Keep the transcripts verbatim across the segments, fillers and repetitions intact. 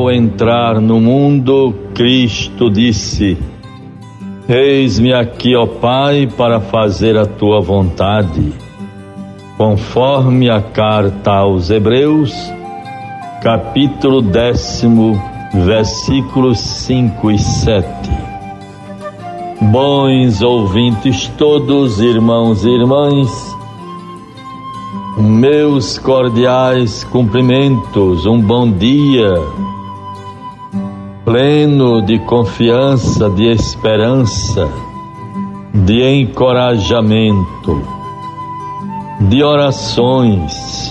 Ao entrar no mundo, Cristo disse: Eis-me aqui, ó Pai, para fazer a tua vontade. Conforme a carta aos Hebreus, capítulo décimo, versículos cinco e sete. Bons ouvintes todos, irmãos e irmãs, meus cordiais cumprimentos, um bom dia, pleno de confiança, de esperança, de encorajamento, de orações,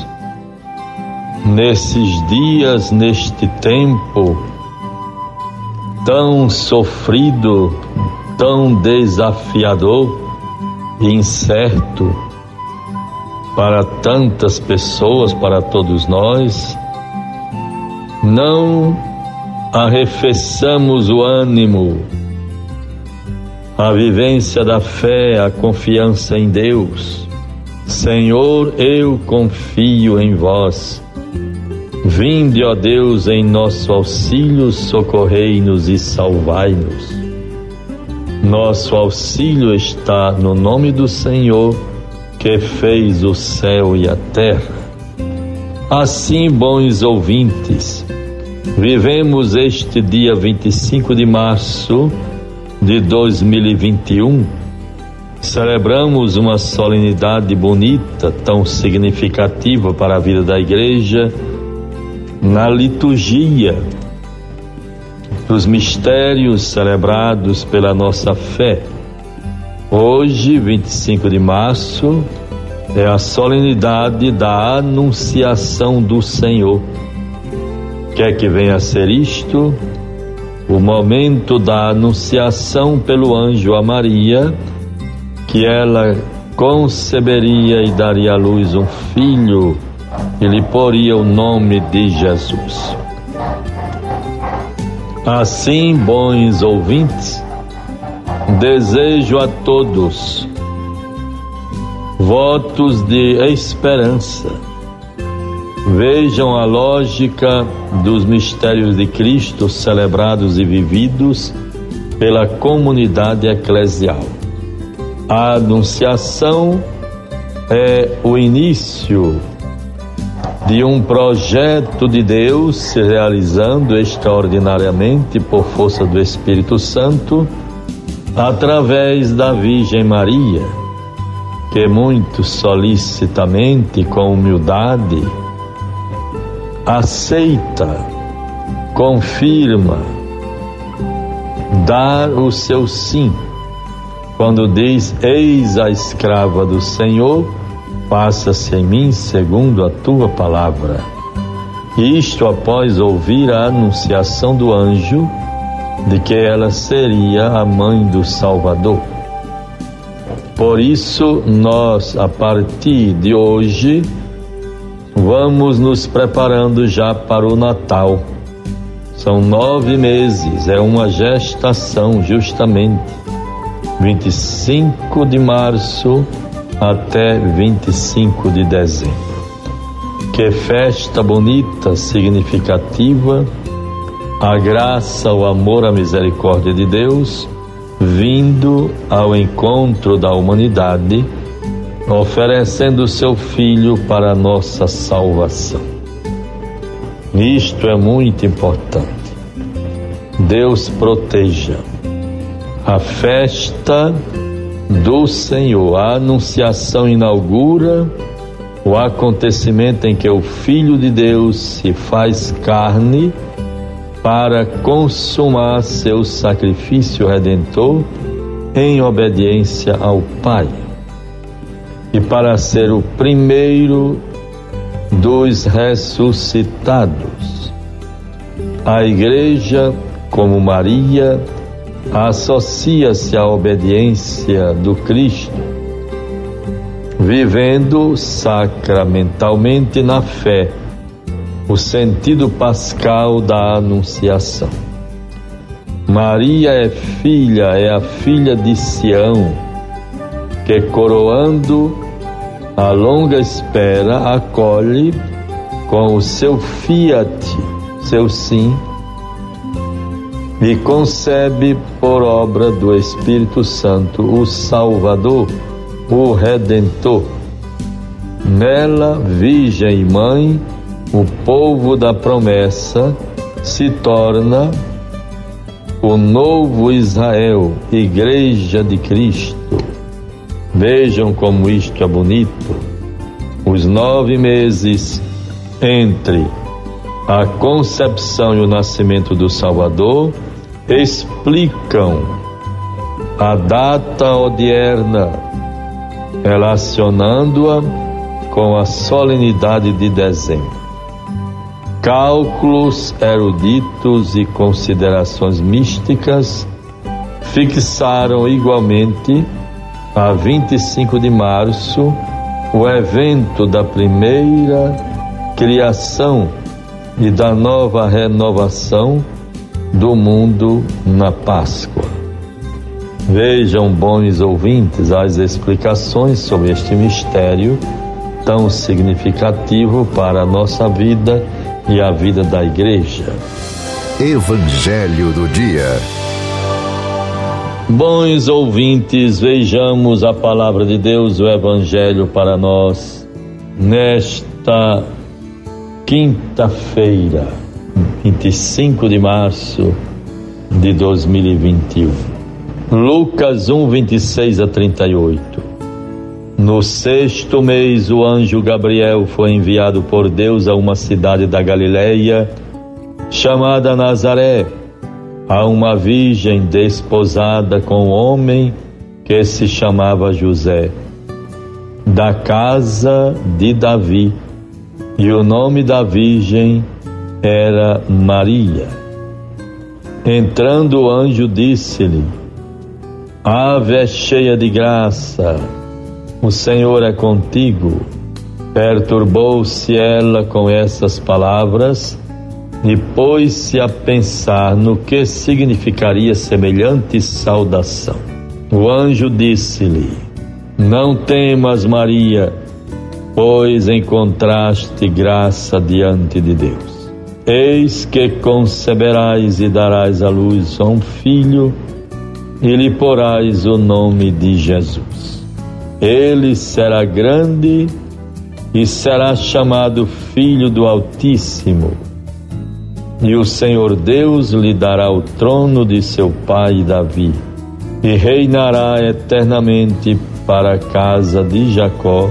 nesses dias, neste tempo tão sofrido, tão desafiador e incerto para tantas pessoas, para todos nós. Não arrefeçamos o ânimo, a vivência da fé, a confiança em Deus. Senhor, eu confio em vós. Vinde, ó Deus, em nosso auxílio, socorrei-nos e salvai-nos. Nosso auxílio está no nome do Senhor, que fez o céu e a terra. Assim, bons ouvintes, vivemos este dia vinte e cinco de março de dois mil e vinte e um. Celebramos uma solenidade bonita, tão significativa para a vida da igreja, na liturgia dos mistérios celebrados pela nossa fé. Hoje, vinte e cinco de março, é a solenidade da Anunciação do Senhor. Quer que venha a ser isto? O momento da anunciação pelo anjo a Maria, que ela conceberia e daria à luz um filho, e lhe poria o nome de Jesus. Assim, bons ouvintes, desejo a todos votos de esperança. Vejam a lógica dos mistérios de Cristo celebrados e vividos pela comunidade eclesial. A anunciação é o início de um projeto de Deus se realizando extraordinariamente por força do Espírito Santo através da Virgem Maria, que muito solicitamente, com humildade, aceita, confirma, dá o seu sim, quando diz: eis a escrava do Senhor, faça-se em mim segundo a tua palavra. Isto após ouvir a anunciação do anjo de que ela seria a mãe do Salvador. Por isso, nós, a partir de hoje, vamos nos preparando já para o Natal. São nove meses, é uma gestação, justamente. vinte e cinco de março até vinte e cinco de dezembro. Que festa bonita, significativa, a graça, o amor, a misericórdia de Deus vindo ao encontro da humanidade, oferecendo o seu Filho para a nossa salvação. Isto é muito importante. Deus proteja a festa do Senhor. A anunciação inaugura o acontecimento em que o Filho de Deus se faz carne para consumar seu sacrifício redentor em obediência ao Pai, e para ser o primeiro dos ressuscitados. A Igreja, como Maria, associa-se à obediência do Cristo, vivendo sacramentalmente na fé o sentido pascal da anunciação. Maria é filha, é a filha de Sião, que, coroando a longa espera, acolhe com o seu fiat, seu sim, e concebe por obra do Espírito Santo o Salvador, o Redentor. Nela, Virgem e Mãe, o povo da promessa se torna o novo Israel, Igreja de Cristo. Vejam como isto é bonito. Os nove meses entre a concepção e o nascimento do Salvador explicam a data odierna, relacionando-a com a solenidade de dezembro. Cálculos eruditos e considerações místicas fixaram igualmente a vinte e cinco de março o evento da primeira criação e da nova renovação do mundo na Páscoa. Vejam, bons ouvintes, as explicações sobre este mistério tão significativo para a nossa vida e a vida da Igreja. Evangelho do Dia. Bons ouvintes, vejamos a palavra de Deus, o Evangelho para nós, nesta quinta-feira, vinte e cinco de março de dois mil e vinte e um. Lucas um, vinte e seis a trinta e oito. No sexto mês, o anjo Gabriel foi enviado por Deus a uma cidade da Galileia, chamada Nazaré, a uma virgem desposada com um homem que se chamava José, da casa de Davi, e o nome da virgem era Maria. Entrando o anjo disse-lhe: Ave é cheia de graça, o Senhor é contigo. Perturbou-se ela com essas palavras e pôs-se a pensar no que significaria semelhante saudação. O anjo disse-lhe: Não temas, Maria, pois encontraste graça diante de Deus. Eis que conceberás e darás à luz a um filho, e lhe porás o nome de Jesus. Ele será grande e será chamado Filho do Altíssimo. E o Senhor Deus lhe dará o trono de seu pai Davi, e reinará eternamente para a casa de Jacó,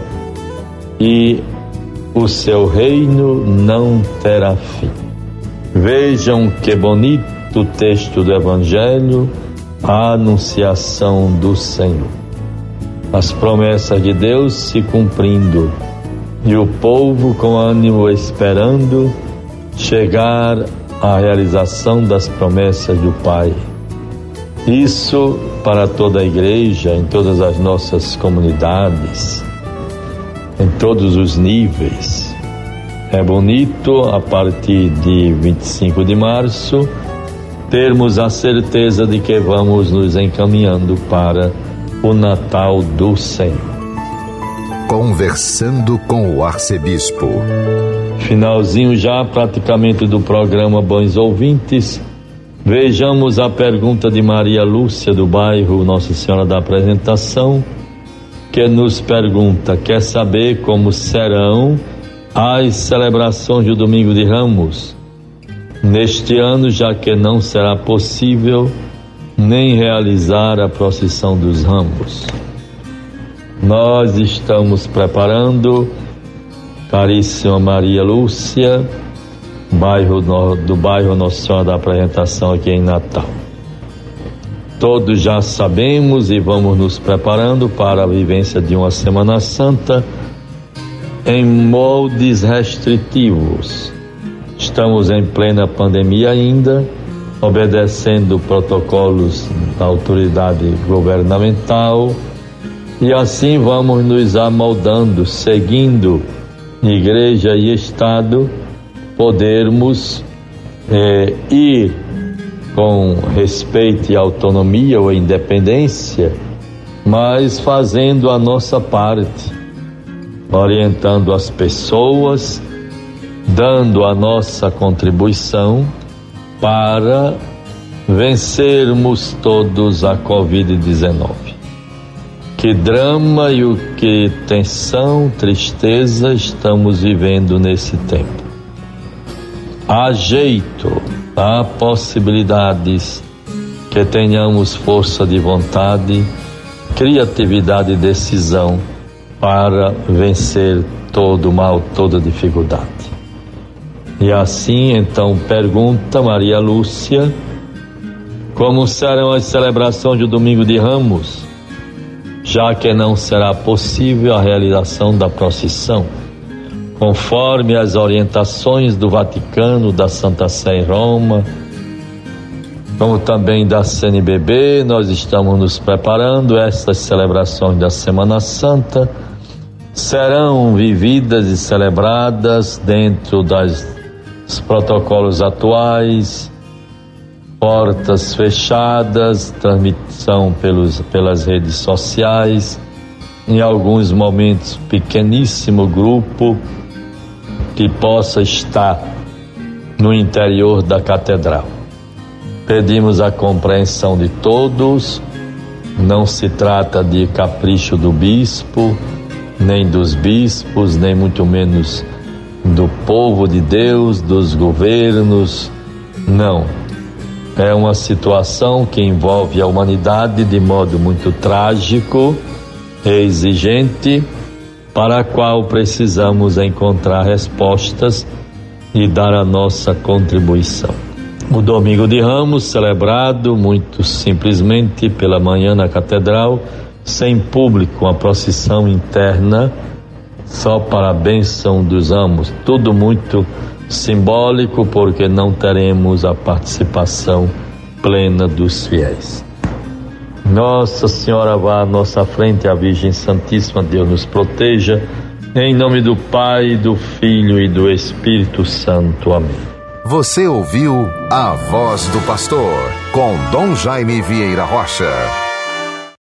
e o seu reino não terá fim. Vejam que bonito texto do Evangelho, a anunciação do Senhor. As promessas de Deus se cumprindo, e o povo com ânimo esperando chegar à realização das promessas do Pai. Isso para toda a Igreja, em todas as nossas comunidades, em todos os níveis. É bonito, a partir de vinte e cinco de março, termos a certeza de que vamos nos encaminhando para o Natal do Senhor. Conversando com o Arcebispo. Finalzinho já praticamente do programa, bons ouvintes. Vejamos a pergunta de Maria Lúcia, do bairro Nossa Senhora da Apresentação, que nos pergunta: quer saber como serão as celebrações do Domingo de Ramos neste ano, já que não será possível nem realizar a procissão dos Ramos. Nós estamos preparando, caríssima Maria Lúcia, bairro do bairro Nossa Senhora da Apresentação aqui em Natal. Todos já sabemos e vamos nos preparando para a vivência de uma Semana Santa em moldes restritivos. Estamos em plena pandemia ainda, obedecendo protocolos da autoridade governamental, e assim vamos nos amoldando, seguindo Igreja e Estado, podermos é, ir com respeito e autonomia ou independência, mas fazendo a nossa parte, orientando as pessoas, dando a nossa contribuição para vencermos todos a covid dezenove. Que drama e o que tensão, tristeza estamos vivendo nesse tempo. Há jeito, há possibilidades que tenhamos força de vontade, criatividade e decisão para vencer todo mal, toda dificuldade. E assim, então, pergunta Maria Lúcia: como serão as celebrações do Domingo de Ramos, já que não será possível a realização da procissão, conforme as orientações do Vaticano, da Santa Sé em Roma, como também da C N B B. Nós estamos nos preparando. Estas celebrações da Semana Santa serão vividas e celebradas dentro das, dos protocolos atuais, portas fechadas, transmissão pelos, pelas redes sociais, em alguns momentos pequeníssimo grupo que possa estar no interior da catedral. Pedimos a compreensão de todos. Não se trata de capricho do bispo, nem dos bispos, nem muito menos do povo de Deus, dos governos. Não. É uma situação que envolve a humanidade de modo muito trágico e exigente, para a qual precisamos encontrar respostas e dar a nossa contribuição. O Domingo de Ramos, celebrado muito simplesmente pela manhã na catedral, sem público, uma procissão interna, só para a bênção dos ramos, tudo muito simbólico, porque não teremos a participação plena dos fiéis. Nossa Senhora vá à nossa frente, a Virgem Santíssima, Deus nos proteja, em nome do Pai, do Filho e do Espírito Santo. Amém. Você ouviu A Voz do Pastor, com Dom Jaime Vieira Rocha.